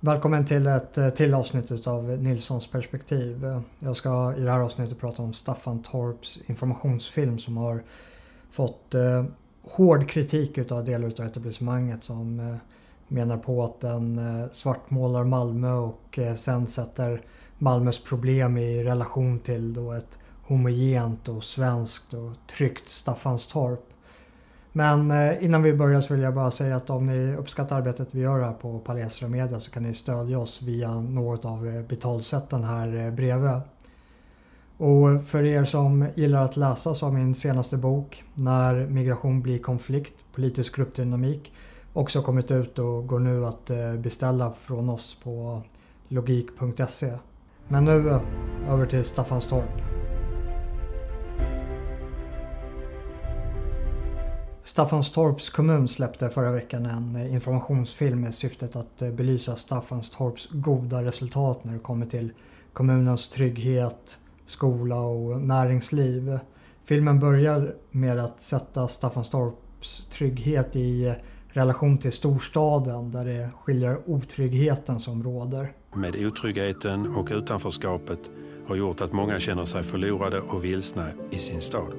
Välkommen till ett till avsnitt av Nilssons perspektiv. Jag ska i det här avsnittet prata om Staffan Torps informationsfilm som har fått hård kritik av delar av etablissemanget som menar på att den svartmålar Malmö och sen sätter Malmös problem i relation till då ett homogent och svenskt och tryggt Staffanstorp. Men innan vi börjar så vill jag bara säga att om ni uppskattar arbetet vi gör här på Palestra Media så kan ni stödja oss via något av betalsätten här bredvid. Och för er som gillar att läsa så har min senaste bok När migration blir konflikt, politisk gruppdynamik också kommit ut och går nu att beställa från oss på logik.se. Men nu över till Staffanstorp. Staffanstorps kommun släppte förra veckan en informationsfilm med syftet att belysa Staffanstorps goda resultat när det kommer till kommunens trygghet, skola och näringsliv. Filmen börjar med att sätta Staffanstorps trygghet i relation till storstaden där det skiljer otryggheten som råder. Med otryggheten och utanförskapet har gjort att många känner sig förlorade och vilsna i sin stad.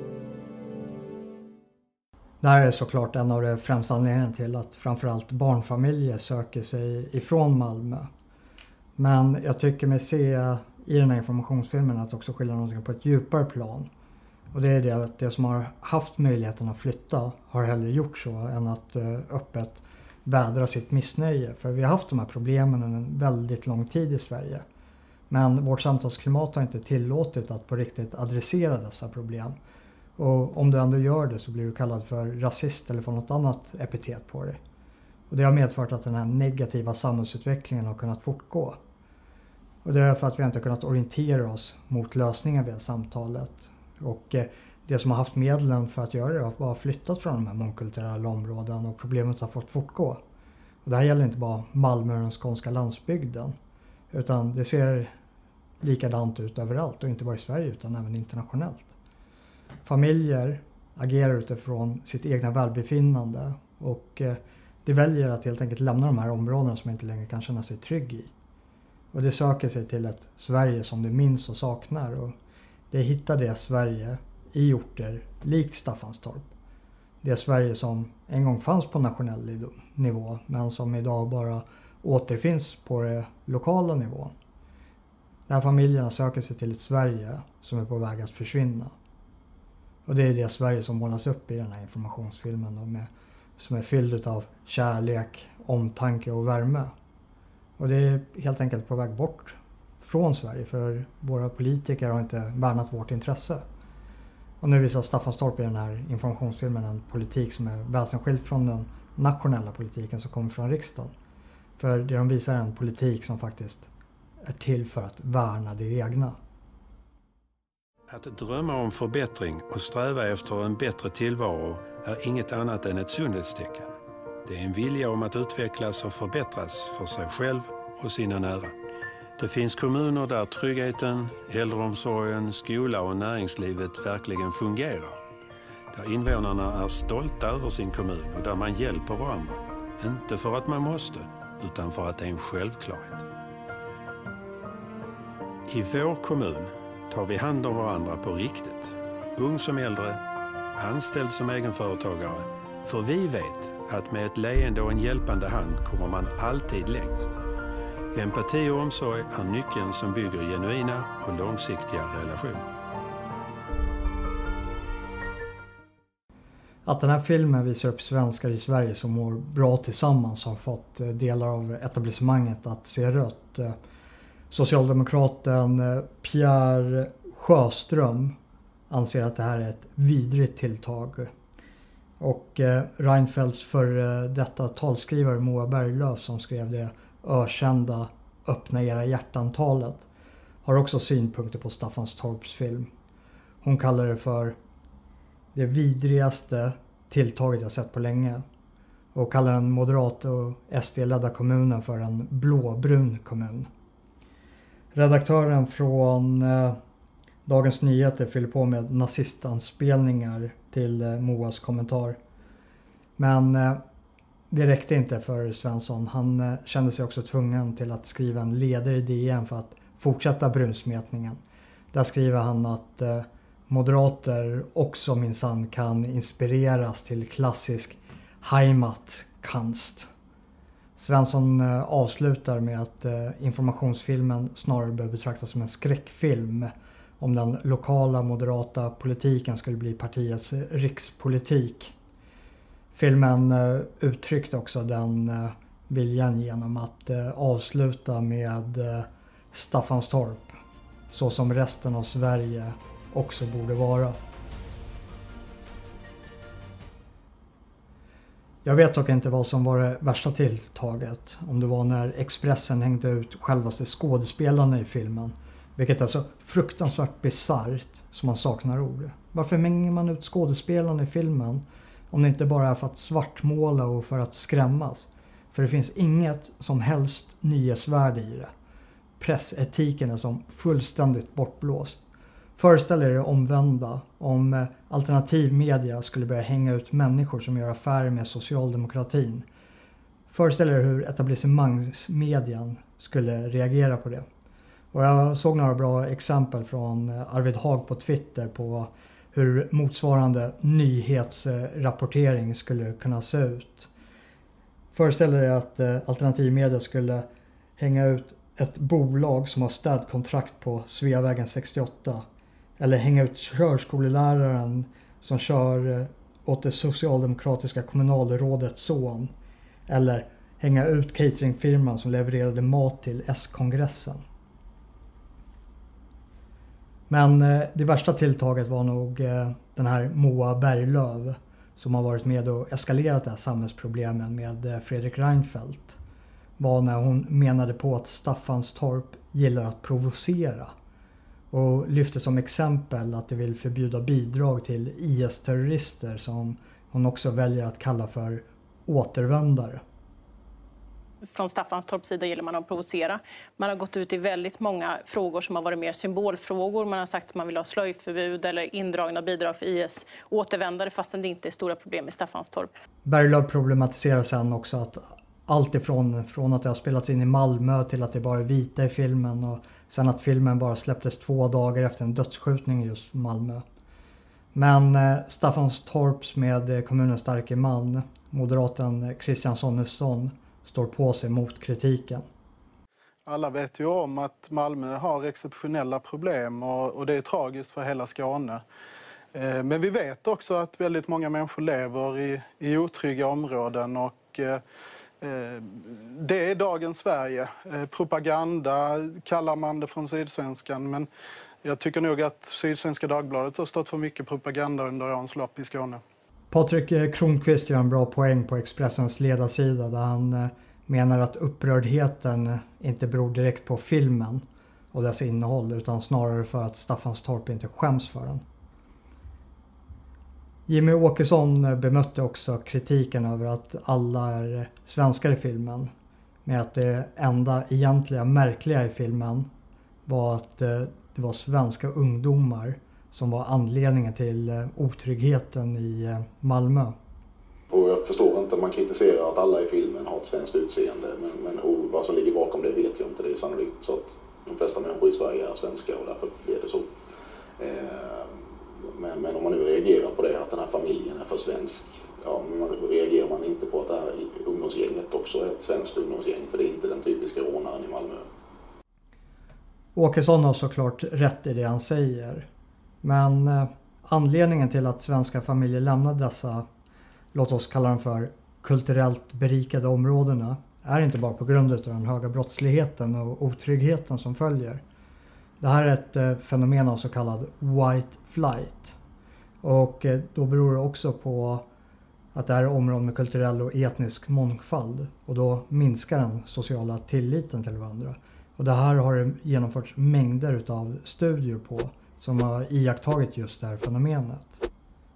Det här är såklart en av de främsta anledningarna till att framförallt barnfamiljer söker sig ifrån Malmö. Men jag tycker mig se i den här informationsfilmen att också skilja någonting på ett djupare plan. Och det är det att det som har haft möjligheten att flytta har hellre gjort så än att öppet vädra sitt missnöje. För vi har haft de här problemen under en väldigt lång tid i Sverige. Men vårt samtalsklimat har inte tillåtit att på riktigt adressera dessa problem. Och om du ändå gör det så blir du kallad för rasist eller får något annat epitet på dig. Och det har medfört att den här negativa samhällsutvecklingen har kunnat fortgå. Och det är för att vi inte har kunnat orientera oss mot lösningar via samtalet. Och det som har haft medlen för att göra det har bara flyttat från de här mångkulturella områden och problemet har fått fortgå. Och det här gäller inte bara Malmö och den skånska landsbygden. Utan det ser likadant ut överallt och inte bara i Sverige utan även internationellt. Familjer agerar utifrån sitt egna välbefinnande och de väljer att helt enkelt lämna de här områdena som inte längre kan känna sig trygg i. Och det söker sig till ett Sverige som de minns och saknar och det hittar det Sverige i orter likt Staffanstorp. Det Sverige som en gång fanns på nationell nivå men som idag bara återfinns på det lokala nivån. Där familjerna söker sig till ett Sverige som är på väg att försvinna. Och det är det Sverige som målas upp i den här informationsfilmen som är fylld av kärlek, omtanke och värme. Och det är helt enkelt på väg bort från Sverige för våra politiker har inte värnat vårt intresse. Och nu visar Staffanstorp i den här informationsfilmen en politik som är väsensskild från den nationella politiken som kommer från riksdagen. För det de visar är en politik som faktiskt är till för att värna det egna. Att drömma om förbättring och sträva efter en bättre tillvaro är inget annat än ett sundhetstecken. Det är en vilja om att utvecklas och förbättras för sig själv och sina nära. Det finns kommuner där tryggheten, äldreomsorgen, skola och näringslivet verkligen fungerar. Där invånarna är stolta över sin kommun och där man hjälper varandra. Inte för att man måste, utan för att det är en självklarhet. I vår kommun tar vi hand om varandra på riktigt. Ung som äldre, anställd som egenföretagare. För vi vet att med ett leende och en hjälpande hand kommer man alltid längst. Empati och omsorg är nyckeln som bygger genuina och långsiktiga relationer. Att den här filmen visar upp svenskar i Sverige som mår bra tillsammans har fått delar av etablissemanget att se rött. Socialdemokraten Pierre Sjöström anser att det här är ett vidrigt tilltag. Och Reinfeldts för detta talskrivare Moa Berglöf som skrev det ökända Öppna era hjärtantalet har också synpunkter på Staffanstorps film. Hon kallar det för det vidrigaste tilltaget jag sett på länge och kallar den moderat- och SD-ledda kommunen för en blåbrun kommun. Redaktören från Dagens Nyheter fyller på med nazistanspelningar till Moas kommentar. Men det räckte inte för Svensson. Han kände sig också tvungen till att skriva en ledare i DN för att fortsätta brunsmetningen. Där skriver han att moderater också minsann kan inspireras till klassisk Heimatkunst. Svensson avslutar med att informationsfilmen snarare bör betraktas som en skräckfilm om den lokala moderata politiken skulle bli partiets rikspolitik. Filmen uttryckte också den viljan genom att avsluta med Staffanstorp, så som resten av Sverige också borde vara. Jag vet dock inte vad som var det värsta tilltaget, om det var när Expressen hängde ut självaste skådespelarna i filmen, vilket är så fruktansvärt bisarrt som man saknar ord. Varför hänger man ut skådespelarna i filmen om det inte bara är för att svartmåla och för att skrämmas? För det finns inget som helst nyhetsvärde i det. Pressetiken är som fullständigt bortblåst. Föreställ er det omvända om alternativmedia skulle börja hänga ut människor som gör affärer med socialdemokratin. Föreställ er hur etablissemangsmedian skulle reagera på det. Och jag såg några bra exempel från Arvid Haag på Twitter på hur motsvarande nyhetsrapportering skulle kunna se ut. Föreställ er att alternativmedia skulle hänga ut ett bolag som har städkontrakt på Sveavägen 68. Eller hänga ut körskoleläraren som kör åt det socialdemokratiska kommunalrådets son. Eller hänga ut cateringfirman som levererade mat till S-kongressen. Men det värsta tilltaget var nog den här Moa Berglöf som har varit med och eskalerat det här samhällsproblemen med Fredrik Reinfeldt. Var när hon menade på att Staffanstorp gillar att provocera. Och lyfte som exempel att de vill förbjuda bidrag till IS-terrorister som hon också väljer att kalla för återvändare. Från Staffanstorps sida gillar man att provocera. Man har gått ut i väldigt många frågor som har varit mer symbolfrågor. Man har sagt att man vill ha slöjförbud eller indragna bidrag för IS-återvändare fastän det inte är stora problem i Staffanstorp. Berglöf problematiserar sen också att allt från att det har spelats in i Malmö till att det bara är vita i filmen och sen att filmen bara släpptes 2 dagar efter en dödsskjutning i just Malmö. Men Staffanstorps med kommunens starke man, moderaten Christian Sonesson, står på sig mot kritiken. Alla vet ju om att Malmö har exceptionella problem och det är tragiskt för hela Skåne. Men vi vet också att väldigt många människor lever i otrygga områden och det är dagens Sverige. Propaganda kallar man det från Sydsvenskan, men jag tycker nog att Sydsvenska Dagbladet har stått för mycket propaganda under årens lopp i Skåne. Patrik Kronqvist gör en bra poäng på Expressens ledarsida där han menar att upprördheten inte beror direkt på filmen och dess innehåll utan snarare för att Staffanstorp inte skäms för den. Jimmy Åkesson bemötte också kritiken över att alla är svenskar i filmen med att det enda egentliga märkliga i filmen var att det var svenska ungdomar som var anledningen till otryggheten i Malmö. Och jag förstår inte om man kritiserar att alla i filmen har ett svenskt utseende, men vad som ligger bakom det vet jag inte. Det är sannolikt så att de flesta människor i Sverige är svenska och därför blir det så. Men om man nu reagerar på det, att den här familjen är för svensk, ja, reagerar man inte på att det här ungdomsgänget också är ett svenskt ungdomsgäng, för det är inte den typiska rånaren i Malmö. Åkesson har såklart rätt i det han säger. Men anledningen till att svenska familjer lämnar dessa, låt oss kalla dem för kulturellt berikade områdena, är inte bara på grund av den höga brottsligheten och otryggheten som följer. Det här är ett fenomen av så kallad white flight. Och då beror det också på att det här är områden med kulturell och etnisk mångfald. Och då minskar den sociala tilliten till varandra. Och det här har det genomförts mängder av studier på som har iakttagit just det här fenomenet.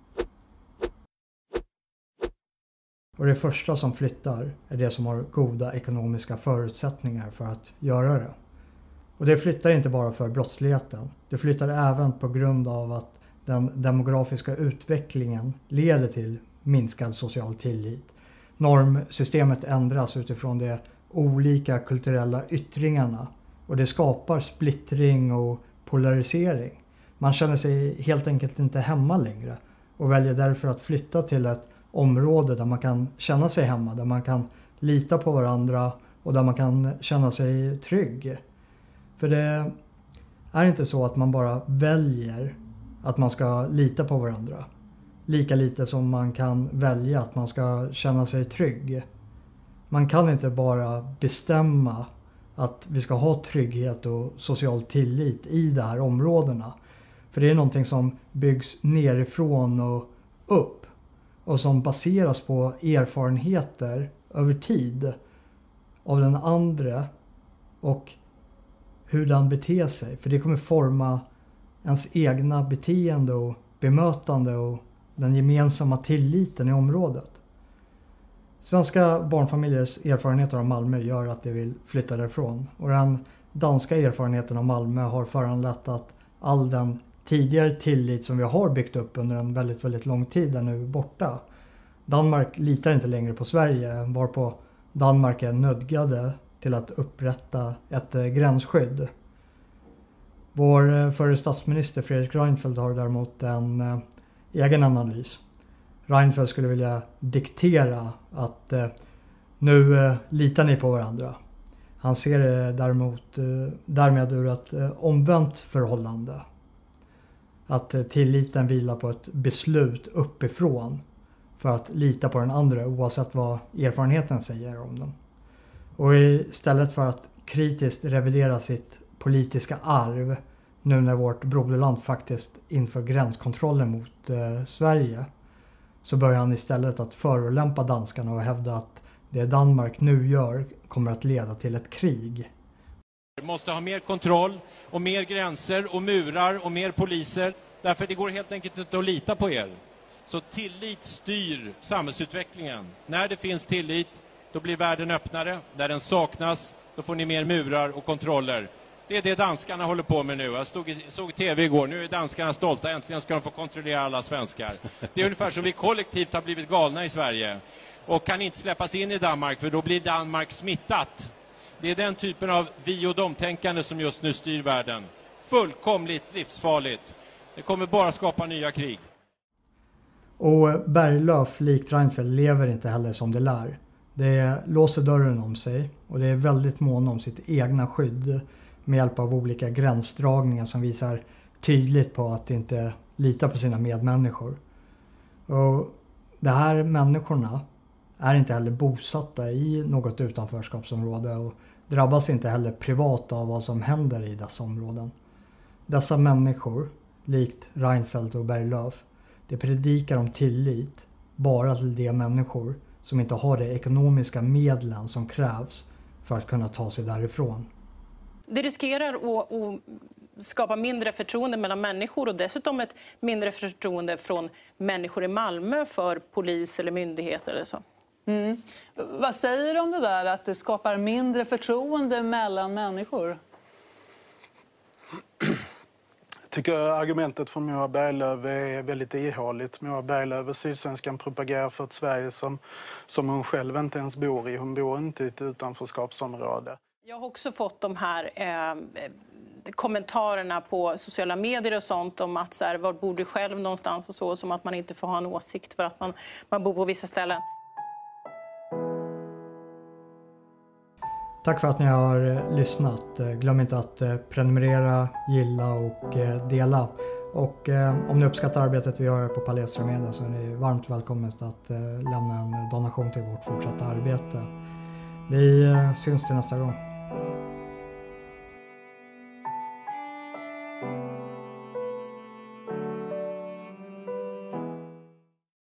Och det första som flyttar är det som har goda ekonomiska förutsättningar för att göra det. Och det flyttar inte bara för brottsligheten. Det flyttar även på grund av att den demografiska utvecklingen leder till minskad social tillit. normsystemet ändras utifrån de olika kulturella yttringarna. Och det skapar splittring och polarisering. Man känner sig helt enkelt inte hemma längre och väljer därför att flytta till ett område där man kan känna sig hemma, där man kan lita på varandra och där man kan känna sig trygg. För det är inte så att man bara väljer att man ska lita på varandra. Lika lite som man kan välja att man ska känna sig trygg. Man kan inte bara bestämma att vi ska ha trygghet och social tillit i de här områdena. För det är någonting som byggs nerifrån och upp. Och som baseras på erfarenheter över tid av den andra och hur den beter sig. För det kommer forma ens egna beteende och bemötande och den gemensamma tilliten i området. Svenska barnfamiljers erfarenheter av Malmö gör att de vill flytta därifrån. Och den danska erfarenheten av Malmö har föranlett att all den tidigare tillit som vi har byggt upp under en väldigt, väldigt lång tid är nu borta. Danmark litar inte längre på Sverige, varpå Danmark är nödgade till att upprätta ett gränsskydd. Vår förre statsminister Fredrik Reinfeldt har däremot en egen analys. Reinfeldt skulle vilja diktera att nu litar ni på varandra. Han ser det därmed ur ett omvänt förhållande. Att tilliten vilar på ett beslut uppifrån för att lita på den andra oavsett vad erfarenheten säger om den. Och istället för att kritiskt revidera sitt politiska arv nu när vårt broderland faktiskt inför gränskontroller mot Sverige, så börjar han istället att förolämpa danskarna och hävda att det Danmark nu gör kommer att leda till ett krig. Vi måste ha mer kontroll och mer gränser och murar och mer poliser. Därför det går helt enkelt inte att lita på er. Så tillit styr samhällsutvecklingen. När det finns tillit, då blir världen öppnare. Där den saknas, då får ni mer murar och kontroller. Det är det danskarna håller på med nu. Jag såg tv igår. Nu är danskarna stolta. Äntligen ska de få kontrollera alla svenskar. Det är ungefär som vi kollektivt har blivit galna i Sverige. Och kan inte släppas in i Danmark, för då blir Danmark smittat. Det är den typen av vi- och domtänkande som just nu styr världen. Fullkomligt livsfarligt. Det kommer bara skapa nya krig. Och Berglöf, likt Reinfeldt, lever inte heller som det lär. Det låser dörren om sig och det är väldigt mån om sitt egna skydd med hjälp av olika gränsdragningar som visar tydligt på att inte lita på sina medmänniskor. Och de här människorna är inte heller bosatta i något utanförskapsområde och drabbas inte heller privat av vad som händer i dessa områden. Dessa människor, likt Reinfeldt och Berglöf, det predikar om tillit bara till de människor som inte har de ekonomiska medlen som krävs för att kunna ta sig därifrån. Det riskerar att skapa mindre förtroende mellan människor och dessutom ett mindre förtroende från människor i Malmö för polis eller myndigheter eller så. Mm. Vad säger du om det där att det skapar mindre förtroende mellan människor? Jag tycker argumentet från Moa Berglöf är väldigt ihåligt. Moa Berglöf och Sydsvenskan propagerar för ett Sverige som hon själv inte ens bor i. Hon bor inte i ett utanförskapsområde. Jag har också fått de här kommentarerna på sociala medier och sånt om att så här, var bor du själv någonstans och så, som att man inte får ha en åsikt för att man bor på vissa ställen. Tack för att ni har lyssnat. Glöm inte att prenumerera, gilla och dela. Och om ni uppskattar arbetet vi gör på Palestra Media så är ni varmt välkomna att lämna en donation till vårt fortsatta arbete. Vi syns till nästa gång.